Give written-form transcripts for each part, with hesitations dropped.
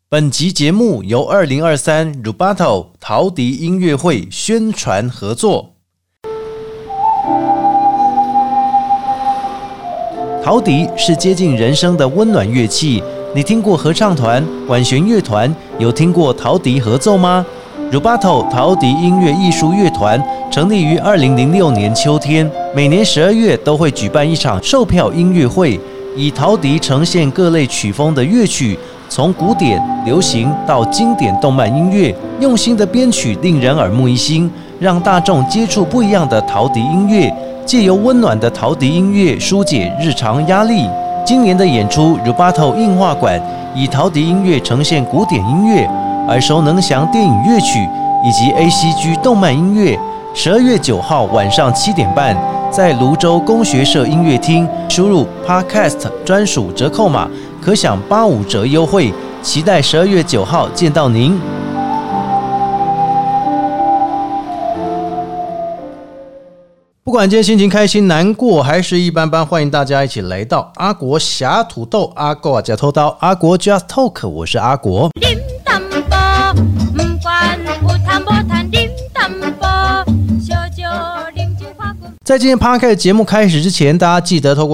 本集节目由2023 Rubato 陶笛音乐会宣传合作。陶笛是接近人声的温暖乐器，你听过合唱团、管弦乐团，有听过陶笛合奏吗？ Rubato 陶笛音乐艺术乐团成立于2006年秋天，每年12月都会举办一场售票音乐会，以陶笛呈现各类曲风的乐曲，从古典、流行到经典动漫音乐，用心的编曲令人耳目一新，让大众接触不一样的陶笛音乐，借由温暖的陶笛音乐疏解日常压力。今年的演出 Rubato 映画馆以陶笛音乐呈现古典音乐、耳熟能详电影乐曲以及 ACG 动漫音乐。12月9号晚上7点半，在泸州工学社音乐厅，输入 Podcast 专属折扣码，可享85折优惠。期待12月9号见到您。不管今天心情开心、难过还是一般般，欢迎大家一起来到阿国侠土豆，阿国假偷刀，阿国 Just Talk， 我是阿国。在今天 Podcast 节目开始之前，大家记得透过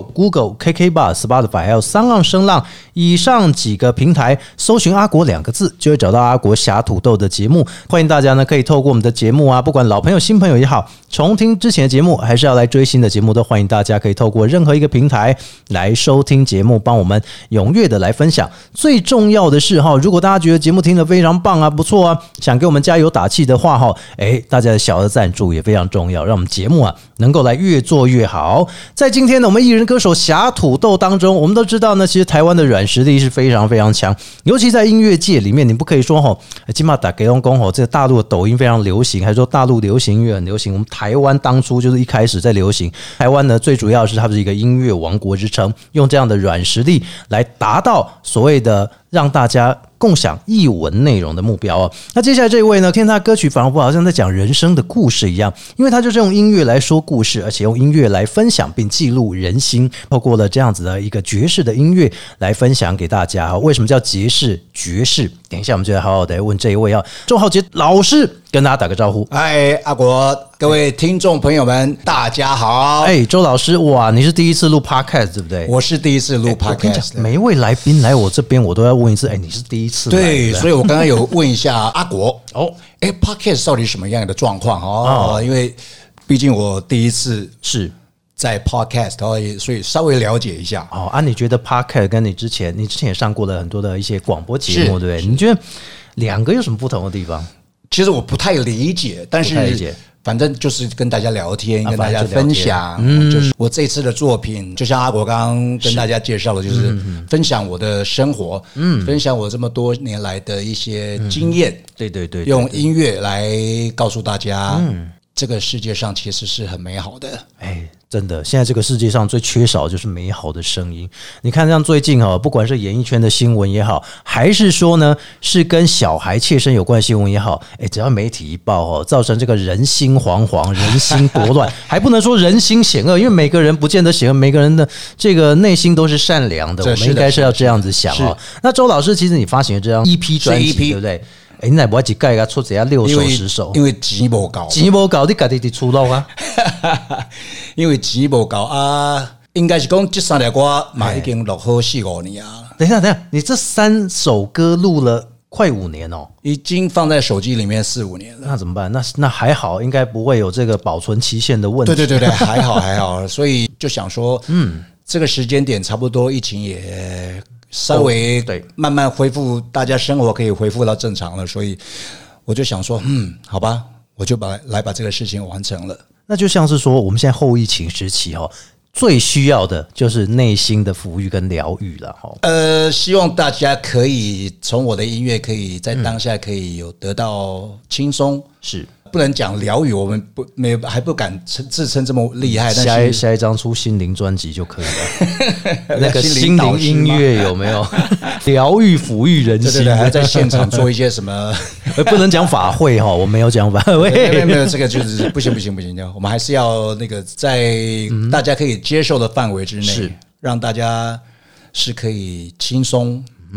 Apple、Google、KKBOX、Spotify 还有三浪声浪以上几个平台搜寻阿国2个字，就会找到阿国侠土豆的节目。欢迎大家呢可以透过我们的节目啊，不管老朋友新朋友也好，重听之前的节目还是要来追新的节目，都欢迎大家可以透过任何一个平台来收听节目，帮我们踊跃的来分享。最重要的是如果大家觉得节目听得非常棒啊，不错啊，想给我们加油打气的话大家的小额赞助也非常重要，让我们节目啊能够来越做越好。在今天呢，我们艺人歌手侠土豆当中，我们都知道呢，其实台湾的软实力是非常非常强，尤其在音乐界里面，你不可以说今嘛打给东公这个大陆的抖音非常流行，还是说大陆流行音乐很流行。我们台湾当初就是一开始在流行，台湾呢最主要是它是一个音乐王国之称，用这样的软实力来达到所谓的让大家共享艺文内容的目标那接下来这一位呢，听他歌曲仿佛好像在讲人生的故事一样，因为他就是用音乐来说故事，而且用音乐来分享并记录人心，透过了这样子的一个爵士的音乐来分享给大家为什么叫爵士？等一下我们就来好好的问这一位周浩杰老师，跟大家打个招呼。 嗨，阿国，各位听众朋友们，大家好。 周老师，哇，你是第一次录 Podcast 对不对？ 我是第一次录 Podcast， 每一位来宾来我这边，我都要问一次，你是第一次来？ 对，所以我刚刚有问一下阿国Podcast 到底什么样的状况因为毕竟我第一次是在 Podcast， 所以稍微了解一下你觉得 Podcast 跟你之前也上过了很多的一些广播节目，对不对？你觉得两个有什么不同的地方？ 其实我不太理解，但是反正就是跟大家聊天，跟大家分享。就是我这次的作品，就像阿国刚刚跟大家介绍的，就是分享我的生活，分享我这么多年来的一些经验。对，用音乐来告诉大家，这个世界上其实是很美好的。 真的，现在这个世界上最缺少就是美好的声音。你看，像最近不管是演艺圈的新闻也好，还是说呢是跟小孩切身有关的新闻也好，只要媒体一报造成这个人心惶惶、人心夺乱，还不能说人心险恶，因为每个人不见得险恶，每个人的这个内心都是善良的，我们应该是要这样子想那周老师，其实你发行的这张 EP 专辑，对不对？你哪不要几盖出只要6首10首？ 因为钱不够， 钱不够，你自己出路因为钱不够应该是讲这3条歌嘛，已经录好4-5年等一下，你这3首歌录了快5年已经放在手机里面4-5年了。 那怎么办？那还好，应该不会有这个保存期限的问题。 对，还好，所以就想说，这个时间点差不多，疫情也稍微慢慢恢复，大家生活可以恢复到正常了，所以我就想说，好吧，我就把这个事情完成了。 那就像是说，我们现在后疫情时期最需要的就是内心的抚育跟疗愈了希望大家可以从我的音乐，可以在当下可以有得到轻松， 是。 不能讲疗愈，我们还不敢自称这么厉害。但下一张出心灵专辑就可以了。那个心灵音乐有没有疗愈抚育人心？ 还在现场做一些什么？ 不能讲法会我没有讲法会。 没有这个就是不行，我们还是要那个在大家可以接受的范围之内，让大家是可以轻松。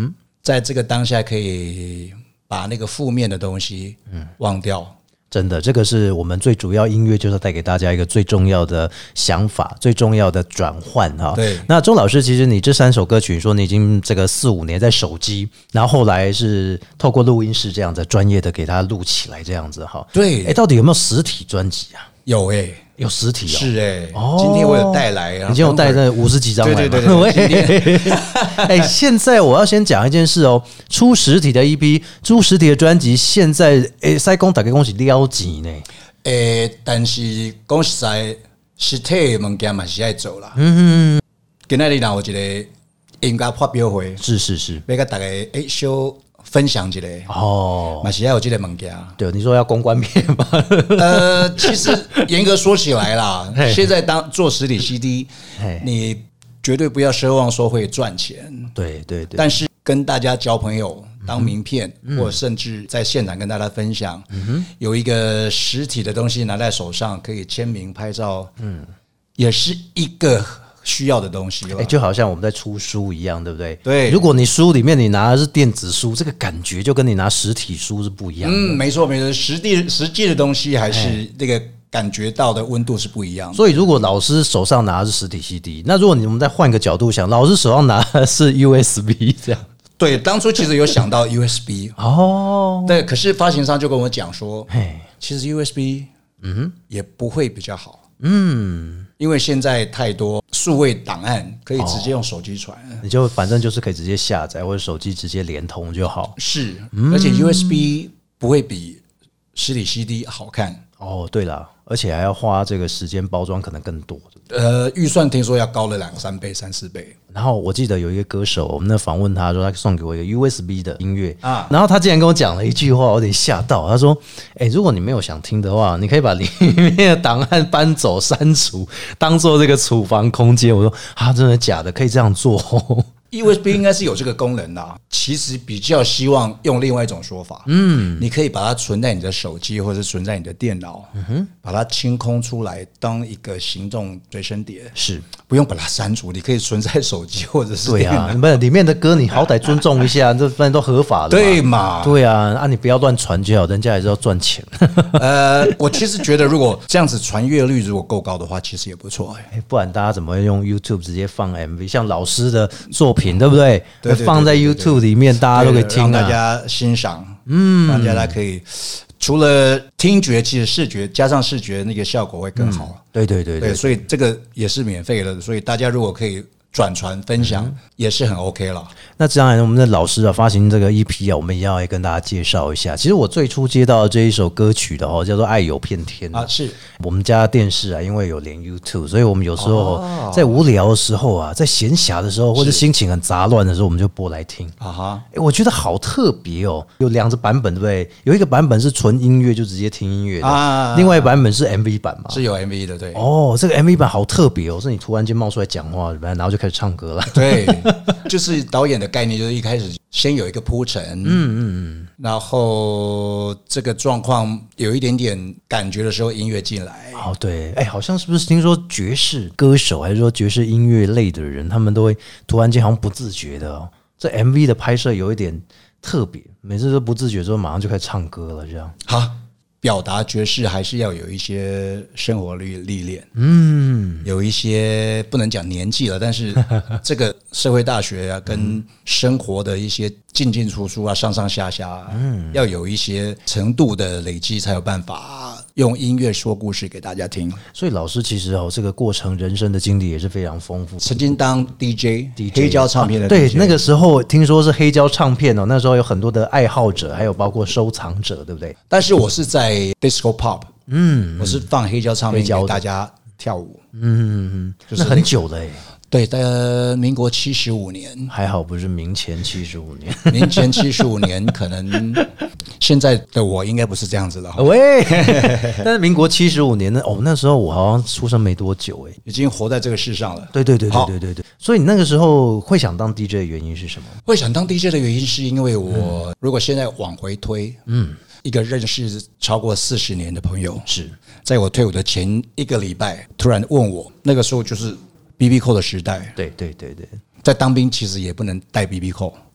在这个当下可以把那个负面的东西忘掉。 真的，这个是我们最主要音乐，就是带给大家一个最重要的想法，最重要的转换哈。 对， 那钟老师，其实你这3首歌曲，你说你已经这个4、5年在手机，然后后来是透过录音室这样子专业的给它录起来这样子哈。 对， 到底有没有实体专辑啊？ 有有实体哦， 是今天我有带来， 已经有带那50几张来。对，现在我要先讲一件事哦，出实体的 EP， 出实体的专辑，现在塞公大概恭喜了钱呢。 但是讲实在，实体的物件嘛是爱做啦。今天有一个音乐发表会， 是， 要跟大家小分享一下嘛是要有这个物件。 对，你说要公关片吗？ 其实严格说起来啦，现在当做实体 CD， 你绝对不要奢望说会赚钱。 对， 但是跟大家交朋友，当名片，或甚至在现场跟大家分享，有一个实体的东西拿在手上，可以签名拍照，也是一个需要的东西就好像我们在出书一样，对不对？ 对， 如果你书里面你拿的是电子书，这个感觉就跟你拿实体书是不一样的。 没错，实际的东西还是那个感觉到的温度是不一样的。 所以如果老师手上拿的是实体 CD， 那如果我们再换个角度想，老师手上拿的是 USB 这样。 对，当初其实有想到 USB 对，可是发行商就跟我讲说，其实 USB 也不会比较好。因为现在太多数位档案可以直接用手机传， 你就反正就是可以直接下载或者手机直接连通就好。 是，而且 USB 不会比实体 CD 好看。 对啦，而且还要花这个时间包装，可能更多。 预算听说要高了2-3倍、3-4倍。 然后我记得有一个歌手，我们那访问他说，他送给我一个 USB 的音乐然后他竟然跟我讲了一句话，我有点吓到。他说：“如果你没有想听的话，你可以把里面的档案搬走、删除，当做这个储房空间。”我说：“真的假的？可以这样做 ？”USB 应该是有这个功能的，其实比较希望用另外一种说法，你可以把它存在你的手机或者存在你的电脑，把它清空出来当一个行动随身碟， 是不用把它删除，你可以存在手机或者是电脑。 对啊，里面的歌你好歹尊重一下，这反正都合法的， 对嘛？ 对啊，你不要乱传就好，人家也是要赚钱。 我其实觉得如果这样子传阅率如果够高的话，其实也不错。 不然大家怎么会用 YouTube 直接放 MV？ 像老师的作品，对不对？ 对， 放在 YouTube 里面，大家都可以听让大家欣赏，让大家可以除了听觉，其实视觉加上视觉，那个效果会更好。 对， 所以这个也是免费的，所以大家如果可以转传分享也是很 OK 了。 那当然我们的老师发行这个 EP 我们也要来跟大家介绍一下。其实我最初接到这一首歌曲的叫做《爱有片天》 是我们家电视因为有连 YouTube， 所以我们有时候在无聊的时候在闲暇的时候，或者心情很杂乱的时候，我们就播来听我觉得好特别有2个版本，对不对？有一个版本是纯音乐，就直接听音乐的另外一个版本是 MV 版嘛， 是有 MV 的。对这个 MV 版好特别是你突然间冒出来讲话，然后就开始唱歌了。 对，就是导演的概念，就是一开始先有一个铺陈，然后这个状况有一点点感觉的时候，音乐进来。 对，好像是不是听说爵士歌手还是说爵士音乐类的人，他们都会突然间好像不自觉的这 MV 的拍摄有一点特别，每次都不自觉之后马上就开始唱歌了，这样。 表达爵士还是要有一些生活历练，有一些不能讲年纪了，但是这个社会大学跟生活的一些进进出出上上下下要有一些程度的累积，才有办法用音乐说故事给大家听。 所以老师其实这个过程人生的经历也是非常丰富， 曾经当 DJ 黑胶唱片的 DJ， 对，那个时候听说是黑胶唱片那时候有很多的爱好者，还有包括收藏者，对不对？ 但是我是在 Disco Pop，我是放黑胶唱片给大家跳舞， 那很久了对，大概民国75年， 还好不是民前75年。 民前75年，可能现在的我应该不是这样子了。 喂，但是民国75年那时候我好像出生没多久已经活在这个世上了。 对。所以你那个时候会想当 DJ 的原因是什么？ 会想当 DJ 的原因是因为我如果现在往回推，一个认识超过40年的朋友， 是在我退伍的前1个礼拜突然问我，那个时候就是BB 扣的时代。 对， 在当兵其实也不能带 BB 扣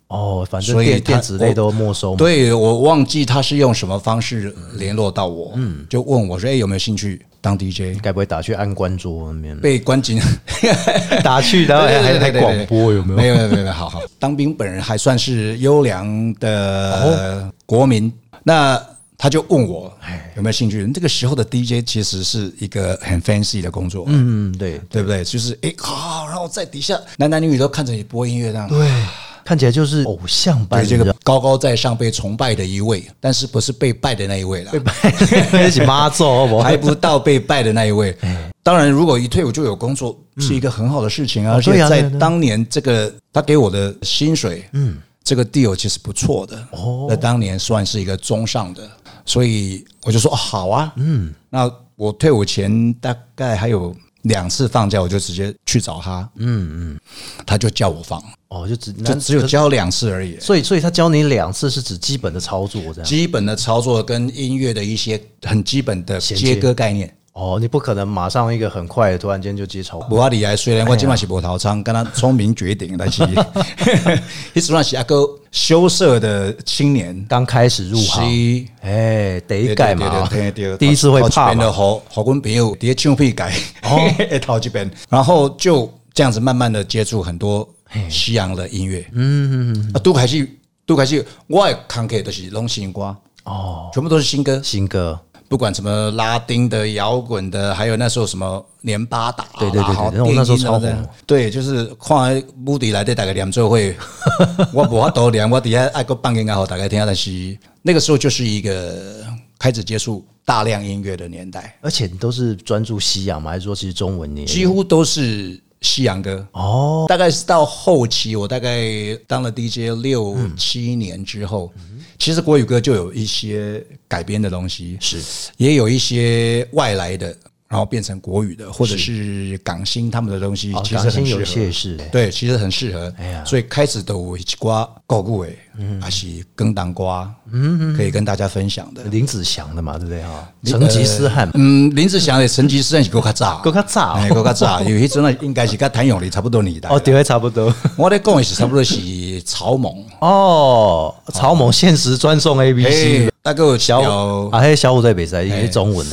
哦，反正电子类都没收嘛。 对，我忘记他是用什么方式联络到我，就问我说：“有没有兴趣当 DJ？” 该不会打去安官桌那边被关进打去，然后还广播有没有？ 没有，好，当兵本人还算是优良的国民，那他就问我有没有兴趣。这个时候的 DJ 其实是一个很 fancy 的工作，对不对？就是好，然后在底下男男女女都看着你播音乐这样， 对。看起来就是偶像般， 对，这个高高在上被崇拜的一位，但是不是被拜的那一位啦， 被拜一起妈咒， 还不到被拜的那一位。当然，如果一退伍就有工作，是一个很好的事情啊。而且在当年这个他给我的薪水，这个 deal 其实不错的，在当年算是一个中上的，所以我就说好啊，那我退伍前大概还有2次放假，我就直接去找他，他就叫我放。就只有教2次而已， 所以他教你2次是指基本的操作，这样基本的操作跟音乐的一些很基本的接歌概念。 你不可能马上一个很快的突然间就接超。 不阿厉害，虽然我今晚是无头苍，跟他聪明绝顶，但是那时候是一个羞涩的青年， 刚开始入行，第一改嘛，第一次会怕嘛。 好阮朋友伫唱片改头这边，然后就这样子慢慢的接触很多西洋的音乐，都开始，我的康客都是拢新歌，全部都是新歌，不管什么拉丁的、摇滚的，还有那时候什么连巴达， 对，那时候超红， 对，就是看目的来对大家念做会，我无法多念，我底下爱个放给好大家听，但是那个时候就是一个开始接触大量音乐的年代， 而且你都是专注西洋吗？还是说其实中文你几乎都是西洋歌大概是到后期，我大概当了 DJ 6、7年之后，其实国语歌就有一些改编的东西，也有一些外来的，然后变成国语的，或者是港星他们的东西，其实很适合。 有些是对，其实很适合。所以开始都有一挂国语的，还是更当瓜，可以跟大家分享的。 林子祥的嘛，对不对哈？成吉思汗， 林子祥的成吉思汗是够较早， 够较早， 有一阵啊，应该是跟谭咏麟差不多年代。 对，差不多。 我在讲的是差不多是草蜢草蜢限时专送 ABC， 大概有小虎队比赛也是中文的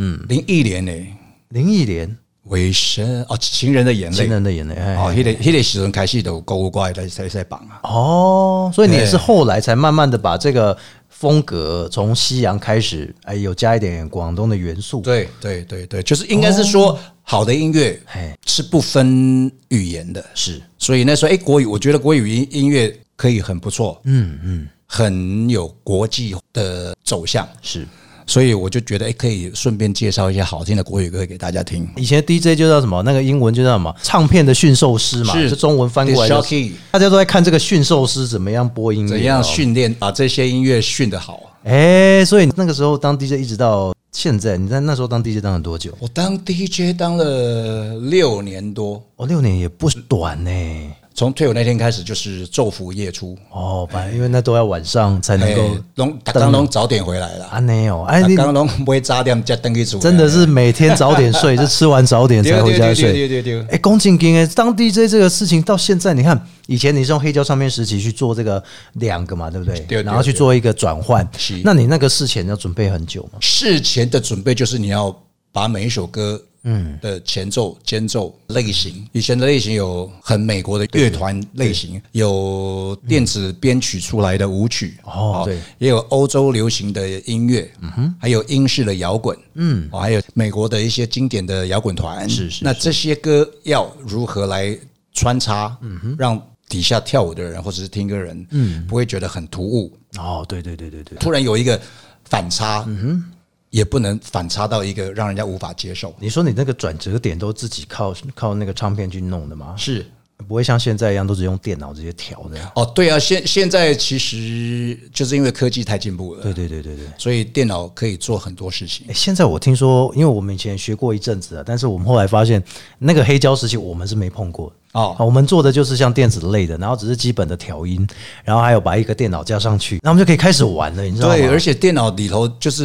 ，01年呢 ，01年。 为生情人的眼泪，那个时候开始都国语歌在榜啊。 所以你也是后来才慢慢的把这个风格从西洋开始，有加一点广东的元素。 对，就是应该是说好的音乐是不分语言的， 是。 所以那时候国语，我觉得国语音乐可以很不错，很有国际的走向， 是。 所以我就觉得可以顺便介绍一些好听的国语歌给大家听。 以前 DJ 就叫什么，那个英文就叫什么唱片的驯兽师嘛，是中文翻过来就是大家都在看这个驯兽师怎么样播音乐， 怎样训练把这些音乐训得好。 所以那个时候当 DJ 一直到现在，你在那时候当 DJ 当了多久？ 我当 DJ 当了6年多 ，6年也不短呢。 从退伍那天开始就是昼伏夜出因为那都要晚上才能够刚拢早点回来了刚拢不会早点再登去住， 真的是每天早点睡，就吃完早点才回家睡。对，讲正经当 DJ 这个事情到现在，你看以前你是用黑胶唱片时期去做这个2个嘛，对不对？然后去做一个转换，那你那个事前要准备很久吗？ 事前的准备就是你要把每一首歌的前奏、间奏类型，以前的类型有很美国的乐团类型，有电子编曲出来的舞曲，对，也有欧洲流行的音乐，还有英式的摇滚，还有美国的一些经典的摇滚团，是。那这些歌要如何来穿插，让底下跳舞的人或者是听歌人，不会觉得很突兀？ 对， 突然有一个反差，也不能反差到一个让人家无法接受。 你说你那个转折点都自己靠那个唱片去弄的吗？ 是， 不会像现在一样都是用电脑直接调的。 对啊，现在其实就是因为科技太进步了，对，所以电脑可以做很多事情。 现在我听说，因为我们以前学过一阵子啊，但是我们后来发现那个黑胶时期我们是没碰过我们做的就是像电子类的，然后只是基本的调音，然后还有把一个电脑加上去，那我们就可以开始玩了，你知道吗？ 对，而且电脑里头就是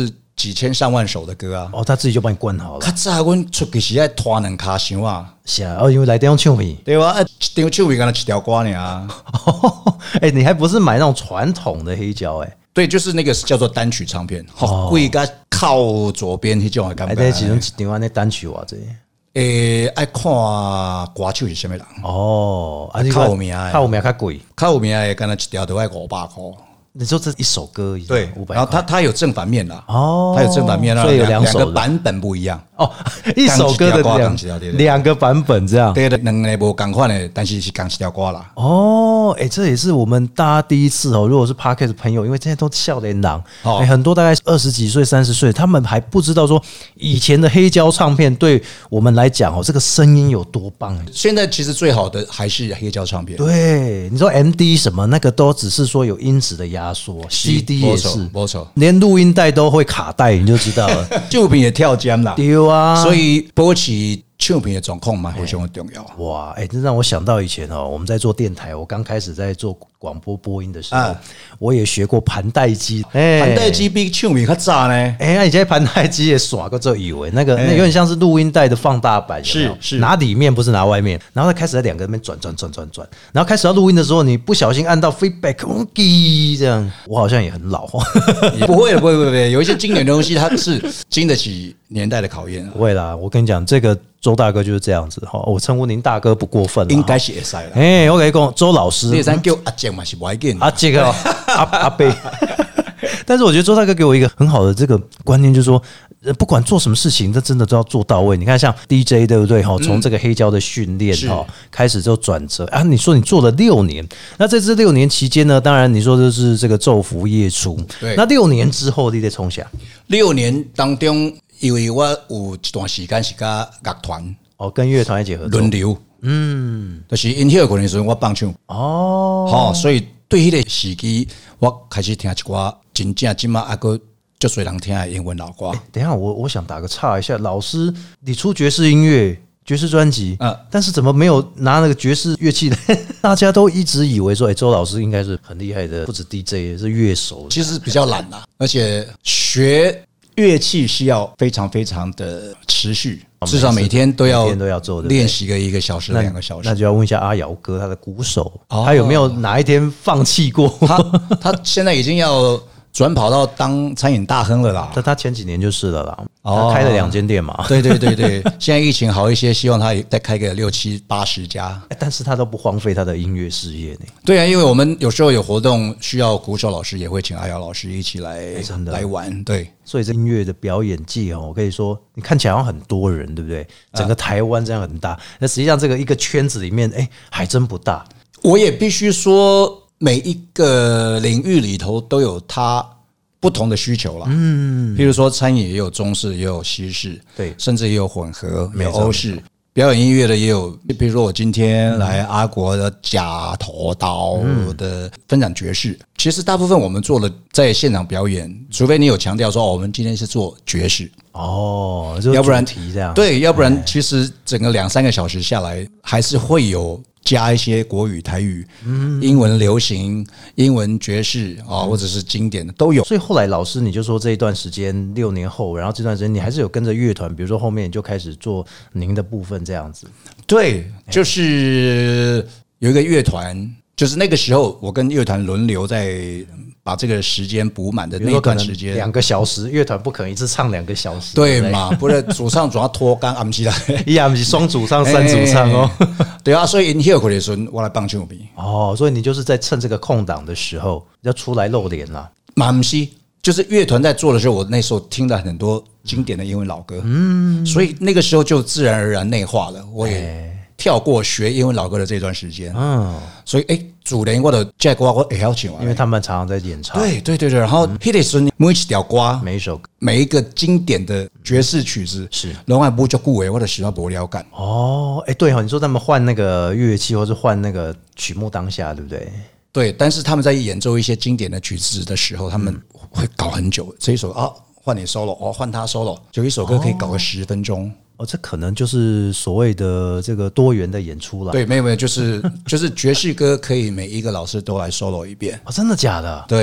几千上万首的歌啊。 他自己就帮你灌好了。 较早阮出去是爱拖两卡箱啊。 是啊，因为来电用唱片， 对吧？一张唱片干了7条歌呢啊。 你还不是买那种传统的黑胶对，就是那个叫做单曲唱片，贵个靠左边那种的感觉。 在其中一张那单曲哇这。 爱看歌手是什么人？ 较有名较贵， 较有名的干了1条都要500块。 你说这一首歌对 ，500， 然后它有正反面啦，它有正反面， 所以有两个版本不一样一首歌的两个版本这样， 对的，两个不同款的，但是是同一条歌啦。 这也是我们大家第一次如果是 Podcast 朋友，因为这些都少年郎，很多大概20几岁、30岁，他们还不知道说以前的黑胶唱片对我们来讲这个声音有多棒。 现在其实最好的还是黑胶唱片。 对，你说 MD 什么那个都只是说有音质的压缩 ，CD 也是，连录音带都会卡带，你就知道了。 唱片也跳江啦， 对啊， 所以保持唱片的状况嘛，非常的重要。 哇，这让我想到以前我们在做电台，我刚开始在做广播播音的时候，我也学过盘带机。 盘带机比唱片较早呢。 以前盘带机也耍过这以为那个有点像是录音带的放大版， 是拿里面不是拿外面，然后它开始在两个那边转，然后开始要录音的时候，你不小心按到 feedback， 这样，我好像也很老。 不会，有一些经典的东西它是经得起年代的考验。 不会啦，我跟你讲这个。周大哥就是这样子我称呼您大哥不过分了， 应该是可以啦。我跟你讲，周老师， 你才叫阿杰嘛是不要紧， 阿杰阿伯。但是我觉得周大哥给我一个很好的这个观念，就是说，不管做什么事情，这真的都要做到位。你看，像 DJ 对不对？从这个黑胶的训练开始就转折啊。你说你做了6年，那在这6年期间呢，当然你说就是这个昼伏夜出。 对， 那6年之后你得冲下。 6年当中。因为我有一段时间是跟乐团跟乐团一起合作轮流，就是因迄个过程时我放唱所以对迄个时期我开始听一寡真正今嘛还个足多人听的英文老歌。 等一下我想打个岔一下，老师你出爵士音乐爵士专辑，但是怎么没有拿那个爵士乐器的？大家都一直以为说，周老师应该是很厉害的，不止 DJ 也是乐手。 其实比较懒啦，而且学乐器是要非常非常的持续，至少每天都要做练习个1个小时、2个小时。 那就要问一下阿瑶哥，他的鼓手，他有没有哪一天放弃过？ 他现在已经要转跑到当餐饮大亨了啦。 他前几年就是了啦，他开了2间店嘛。 对，现在疫情好一些，希望他也再开个6、7、80家。 但是他都不荒废他的音乐事业呢。 对啊，因为我们有时候有活动需要鼓手老师，也会请阿瑶老师一起来玩。对， 所以这音乐的表演界我可以说，你看起来好像很多人，对不对？整个台湾这样很大，那实际上这个一个圈子里面，还真不大。 我也必须说。每一个领域里头都有它不同的需求啦，譬如说餐饮也有中式，也有西式， 对， 甚至也有混合，有欧式。表演音乐的也有，比如说我今天来阿国的假头刀的分享爵士，其实大部分我们做的在现场表演，除非你有强调说我们今天是做爵士要不然这样对，要不然其实整个2、3个小时下来，还是会有加一些国语、台语、英文流行、英文爵士或者是经典的都有。 所以后来老师你就说这一段时间6年后，然后这段时间你还是有跟着乐团，比如说后面你就开始做您的部分这样子。 对，就是有一个乐团，就是那个时候我跟乐团轮流在把这个时间补满的那一段时间，2 个小时，乐团不可能一次唱2个小时， 对嘛？不是主唱总要拖干，不是啦， 不是双主唱、3主唱对啊，所以因休的时候我来帮唱片所以你就是在趁这个空档的时候要出来露脸啦。 不是，就是乐团在做的时候，我那时候听了很多经典的英文老歌，所以那个时候就自然而然内化了，我也跳过学英文老歌的这段时间，所以主联我的这歌我也要唱， 因为他们常常在演唱。 对，然后那个时候每一条歌，每一个经典的爵士曲子， 是拢爱不就顾我的时候不了感对你说他们换那个乐器或是换那个曲目当下，对不对？ 对，但是他们在演奏一些经典的曲子的时候，他们会搞很久。这一首换你 solo 换他 solo， 就一首歌可以搞个10分钟。 这可能就是所谓的这个多元的演出了。 对，没有，就是爵士歌可以每一个老师都来 solo 一遍。 真的假的？ 对，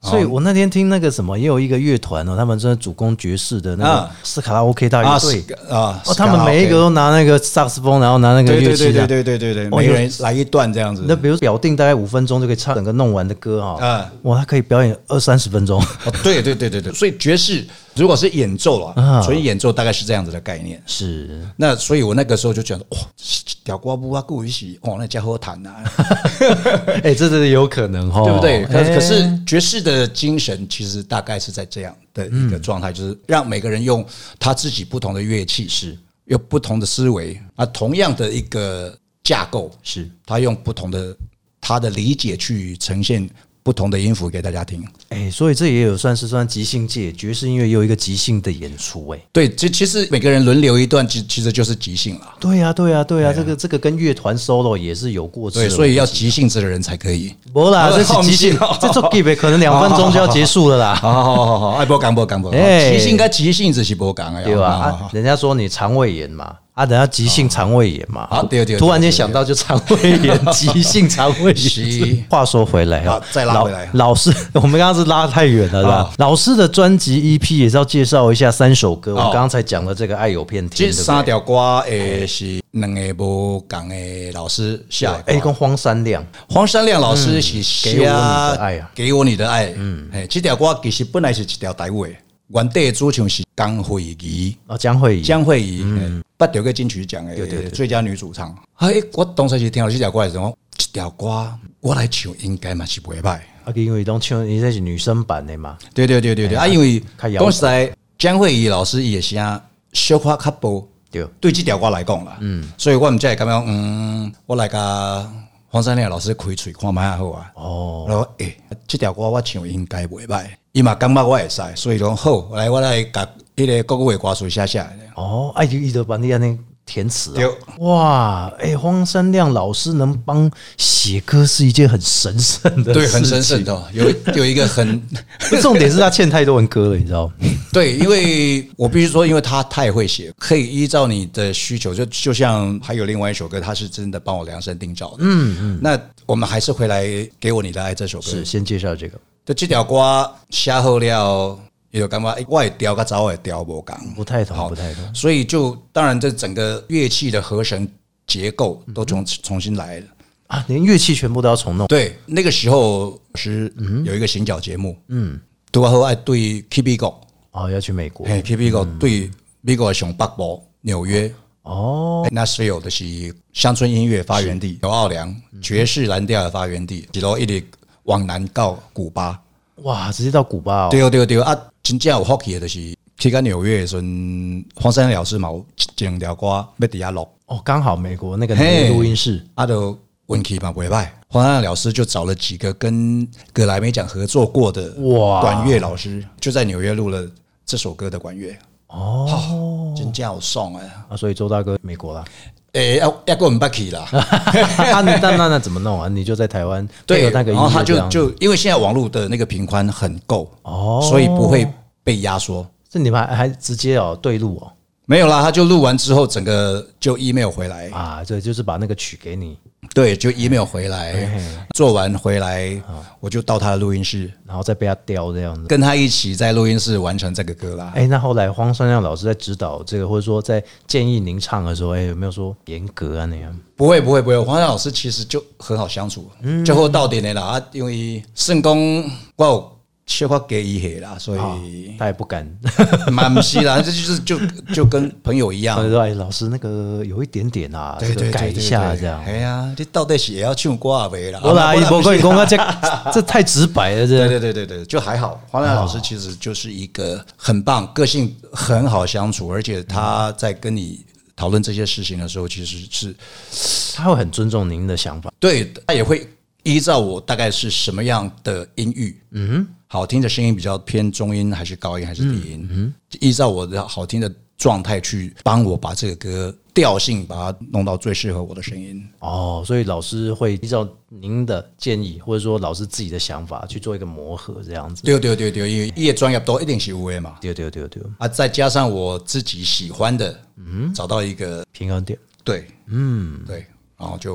所以我那天听那个什么，也有一个乐团哦，他们真的主攻爵士的那个斯卡拉 OK 大乐队他们每一个都拿那个萨克斯风，然后拿那个乐器， 对，每个人来一段这样子。 那比如表定大概5分钟就可以唱整个弄完的歌哇，他可以表演20-30分钟。 对，所以爵士如果是演奏啦，所以演奏大概是这样子的概念。 是， 那所以我那个时候就觉得哇，调歌舞啊，故意是那家伙弹啊， 这真的有可能对不对？可是爵士的精神其实大概是在这样的一个状态，就是让每个人用他自己不同的乐器，是有不同的思维啊，同样的一个架构，是他用不同的他的理解去呈现不同的音符给大家听。 所以这也有算即兴界爵士音乐也有一个即兴的演出。 对，其实每个人轮流一段，其实就是即兴了。 对啊，这个跟乐团 solo 也是有过之的。 对，所以要即兴子的人才可以。 不啦，这是即兴，这做 give 可能2分钟就要结束了啦。 好，不讲，即兴跟即兴只是不讲的， 对吧？人家说你肠胃炎嘛。等下即兴肠胃炎嘛， 对， 突然间想到就肠胃炎，即兴肠胃炎。话说回来再拉回来， 老师，我们刚刚是拉太远了，是吧？老师的专辑 EP 也是要介绍一下3首歌。我刚刚才讲了这个爱有片天， 这3条歌是2个不同的老师写的。 跟荒山亮老师是写给我你的爱啊， 给我你的爱。这条歌其实本来是一条台语，原底的主唱是江惠仪江惠仪 8条个金曲奖的最佳女主唱。我当时是听到这条歌的时候，这条歌我来唱应该嘛是不会歹。 因为唱你这是女生版的嘛。 对，因为当时江惠仪老师也是小可较薄，对这条歌来讲啦，所以我们才会感觉我来甲黄山亮老师开嘴看卖好啊。然后这条歌我唱应该不会歹，伊嘛感觉我会使，所以讲好，我来甲迄个国语的歌词写下来。 伊就把你安尼填词哇！荒山亮老师能帮写歌是一件很神圣的事情， 对，很神圣的。有一个很重点是他欠太多人歌了，你知道吗？ 对，因为我必须说，因为他太会写，可以依照你的需求，就像还有另外一首歌，他是真的帮我量身定造的。那我们还是回来给我你的爱这首歌， 是先介绍这个。 这条歌写好了。有感觉，我会调跟早会调不同， 不太同， 所以就当然这整个乐器的合成结构都重新来了连乐器全部都要重弄。 对，那个时候是有一个行脚节目，对后爱对 K.B. 国要去美国 ，K.B. 国对美国的上北部纽约Nashville 的是乡村音乐发源地，纽奥良爵士蓝调的发源地，一路一直往南到古巴。 哇，直接到古巴对，真正有福气的就是去到纽约的时候，黄山老师嘛有2条歌要伫遐录刚好美国那个录音室就运气嘛不歹。黄山老师就找了几个跟葛莱美奖合作过的管乐老师，就在纽约录了这首歌的管乐。真正有爽所以周大哥美国啦。 要跟我们不去啦。 那怎么弄啊？你就在台湾对， 那个音乐， 然后他就因为现在网络的那个频宽很够所以不会被压缩。 是你们还直接对录没有啦，他就录完之后，整个就 email 回来对，就是把那个曲给你。 对，就 email 回来，做完回来，我就到他的录音室， 然后再被他雕这样子， 跟他一起在录音室完成这个歌啦。 那后来荒山亮老师在指导这个，或者说在建议您唱的时候，有没有说严格那样？ 不会，黄山亮老师其实就很好相处，最后到点的啦因为圣公我有小可给伊下啦，所以他也不敢， 蛮不是啦，这就跟朋友一样。 老师那个有一点点对，改一下这样。 你到底是也要唱歌没啦？ 我啦，不可以讲这太直白了， 对，就还好。黄亮老师其实就是一个很棒，个性很好相处，而且他在跟你讨论这些事情的时候，其实是他会很尊重您的想法， 对，他也会依照我大概是什么样的音域，好听的声音比较偏中音还是高音还是低音，依照我的好听的状态去帮我把这个歌调性把它弄到最适合我的声音。 所以老师会依照您的建议或者说老师自己的想法去做一个磨合这样子。 对，因为业专业都一定是有的嘛。 对再加上我自己喜欢的，找到一个平衡点。 对，对，然后就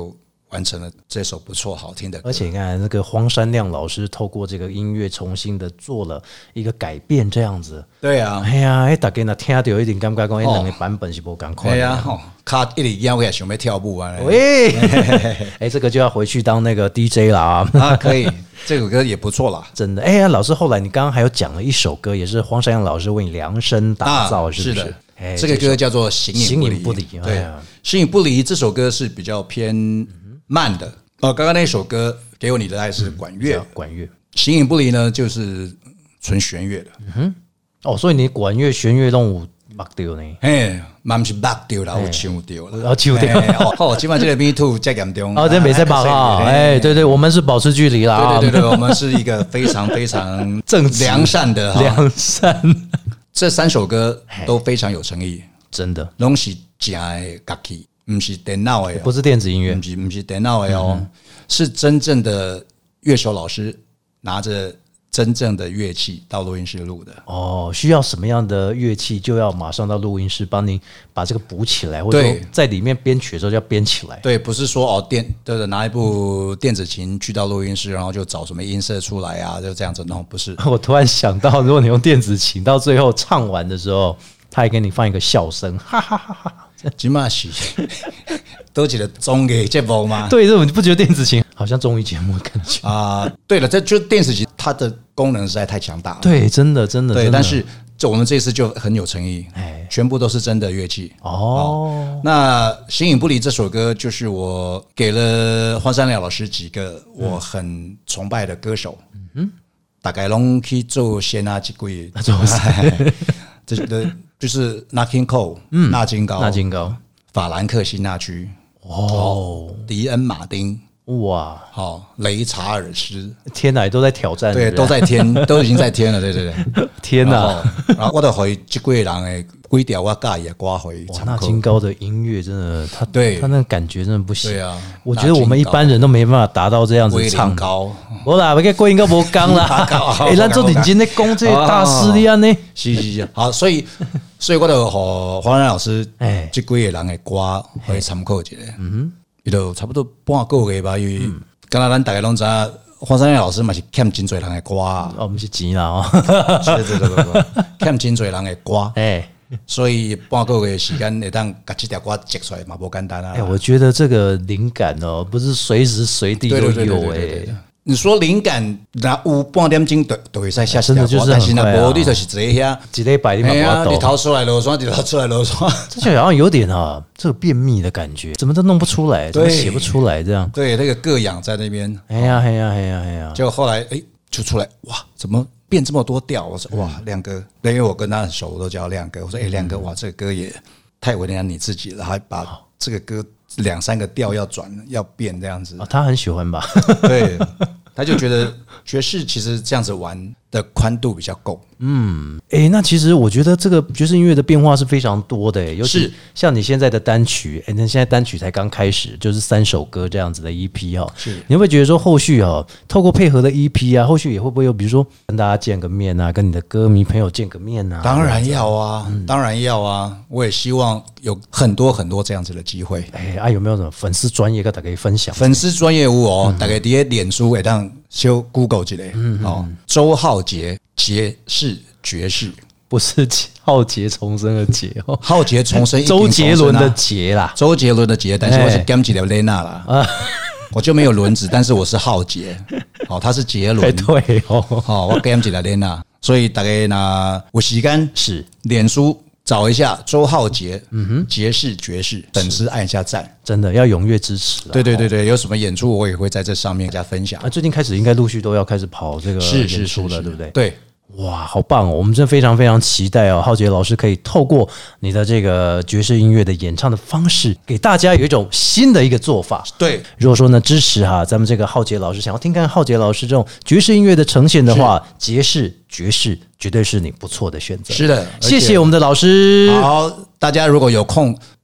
完成了这首不错好听的歌。 而且你看那个荒山亮老师透过这个音乐重新的做了一个改变，这样子。 对啊， 哎呀，大家那听到一点感觉讲，那两个版本是不赶快。 对啊，卡一直要想要跳舞啊。 喂，哎，这个就要回去当那个 DJ 了啊。 啊，可以，这首歌也不错啦， 真的。哎呀，老师，后来你刚刚还有讲了一首歌，也是荒山亮老师为你量身打造，是不是？ 哎，这个歌叫做《形影不离》。 对， 《形影不离》这首歌是比较偏慢的。刚刚那首歌《给我你的爱》是管乐， 管乐。《 形影不离》呢就是纯弦乐的。 哦，所以你管乐、弦乐都有目掉呢？ 嘿，嘛不是目掉啦，有唱掉啦。 哦，唱掉。 哦，今晚这个 Me Too 在严重。 哦，这没在报哈。哎，对对，我们是保持距离啦。 对，我们是一个非常非常良善的良善。 这3首歌都非常有诚意， 真的， 都是真的乐器，不是电脑的， 不是电子音乐， 不是电脑的哦，是真正的乐手老师拿着真正的乐器到录音室录的。 哦，需要什么样的乐器，就要马上到录音室帮您把这个补起来，或者说在里面编曲的时候就要编起来。 对，不是说对，拿一部电子琴去到录音室，然后就找什么音色出来啊，就这样子弄，不是。 我突然想到，如果你用电子琴，到最后唱完的时候，他还给你放一个笑声，哈哈哈哈。 起码是都觉得综艺节目吗？ 对，这种你不觉得电子琴好像综艺节目的感觉啊？对了，这就电子琴它的功能实在太强大了。 对，真的。 对，但是我们这次就很有诚意，全部都是真的乐器。 哦， 那《形影不离》这首歌，就是我给了荒山亮老师几个我很崇拜的歌手，大概拢去做先啊几位，这个就是 Nat King Cole， 纳金高，法兰克辛纳区，迪恩马丁， 哇， 雷查尔斯， 天哪，都在挑战， 对，都在天，都已经在天了，对， 天哪！ 然后我就回这几个人的几条我介意的歌回。 哇，纳金高的音乐真的，他那个感觉真的不行。 对啊， 我觉得我们一般人都没办法达到这样子唱高。 我啦，我跟郭英高无讲啦。哎，咱做认真在讲这大师的呢。 是，好，所以我就和黄然老师这几个人的歌会参考一下。伊就差不多半个月吧，因为刚才咱大家拢知道，黄山亮老师嘛是欠真侪人的歌啊。 我们是钱啦， 对，欠真侪人的歌。所以半个月时间会当把这条歌接出来嘛，不简单啊。 我觉得这个灵感不是随时随地都有你说灵感，那有半点钟都会使写真的就是， 但是那无你就是直接遐， 一礼拜你嘛不懂， 你逃出来落山，就逃出来落山， 这就好像有点这个便秘的感觉，怎么都弄不出来，怎么写不出来这样？ 对，那个各养在那边， 哎呀， 结果后来就出来，哇，怎么变这么多调？我说哇，亮哥，因为我跟他很熟，我都叫亮哥。我说亮哥，哇，这个歌也太为难你自己了，还把这个歌2-3个调要转要变这样子。 他很喜欢吧？ 对，他就觉得爵士其实这样子玩的宽度比较够。 那其实我觉得这个爵士音乐的变化是非常多的，尤其像你现在的单曲，那现在单曲才刚开始，就是3首歌这样子的 EP 是你会不会觉得说后续透过配合的 EP 后续也会不会有，比如说跟大家见个面啊，跟你的歌迷朋友见个面啊？ 当然要啊，当然要啊，我也希望有很多很多这样子的机会。 有没有什么粉丝专业跟大家分享？ 粉丝专业大家在脸书会当修 Google 一下周浩杰杰士爵士， 不是浩劫重生的劫浩劫重生， 周杰伦的杰啦， 周杰伦的杰，但是我是 Gam 几条 Lena 啦，我就没有轮子，但是我是浩劫，他是杰伦， 对我 Gam 几条 Lena， 所以大家那有时间是脸书找一下周浩杰，杰士爵士，粉丝按一下赞， 真的要踊跃支持。 对，有什么演出我也会在这上面跟大家分享。 最近开始应该陆续都要开始跑这个演出了，对不对？ 对。 哇，好棒我们真的非常非常期待浩杰老师可以透过你的这个爵士音乐的演唱的方式，给大家有一种新的一个做法。 对， 如果说呢支持咱们这个浩杰老师，想要听看浩杰老师这种爵士音乐的呈现的话，爵士绝对是你不错的选择。 是的， 谢谢我们的老师。 好，大家如果有空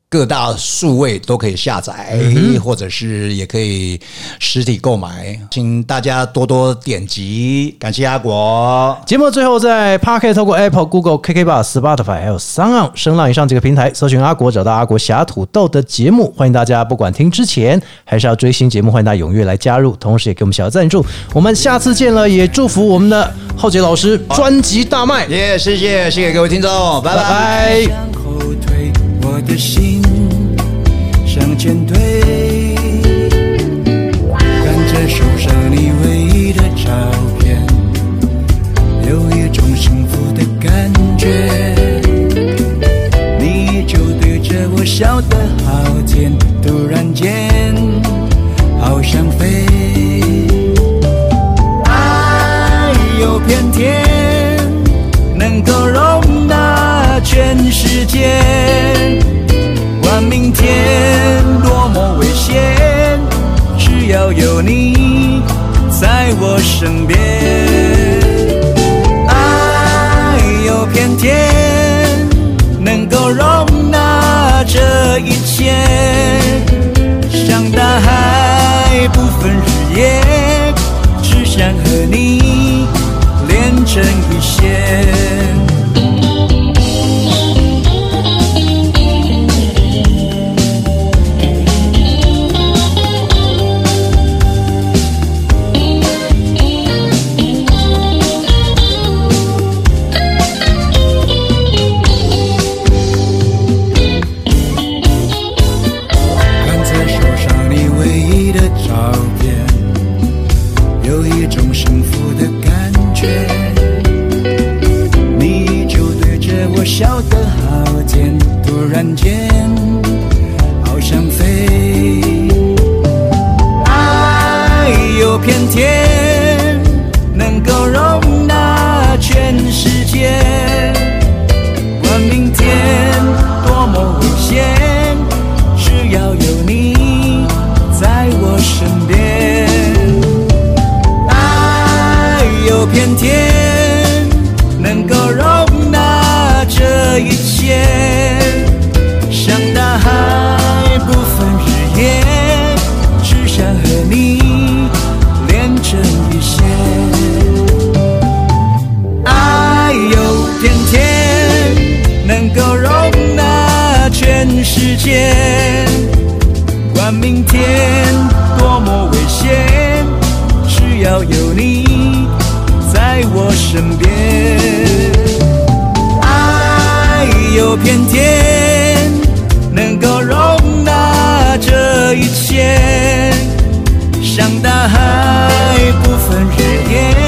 各大数位都可以下载，或者是也可以实体购买，请大家多多点击，感谢阿国。 节目最后在 Podcast 透过 Apple、Google、KKBOX、Spotify 还有SoundOn、声浪以上几个平台搜寻阿国，找到阿国侠土豆的节目。欢迎大家不管听之前还是要追新节目，欢迎大家踊跃来加入，同时也给我们小赞助。我们下次见了，也祝福我们的浩杰老师专辑大卖。 谢谢各位听众，拜拜。 向后退，我的心向前推，看着手上你唯一的照片，有一种幸福的感觉。你就对着我笑得好甜，突然间好想飞。爱有片天，能够容纳全世界。管明天多么危险，只要有你在我身边。爱有片天，能够容纳这一切，像大海不分日夜，只想和你连成一线。笑得好甜，突然间好想飞。爱有片天，能够容纳全世界。管明天多么危险，只要有你在我身边。爱有片天，能够容纳这一切，像大海不分日夜，只想和你连成一线。爱有片天，能够容纳全世界。管明天多么危险，只要有你在我身边。有片天，能够容纳这一切，像大海不分日夜。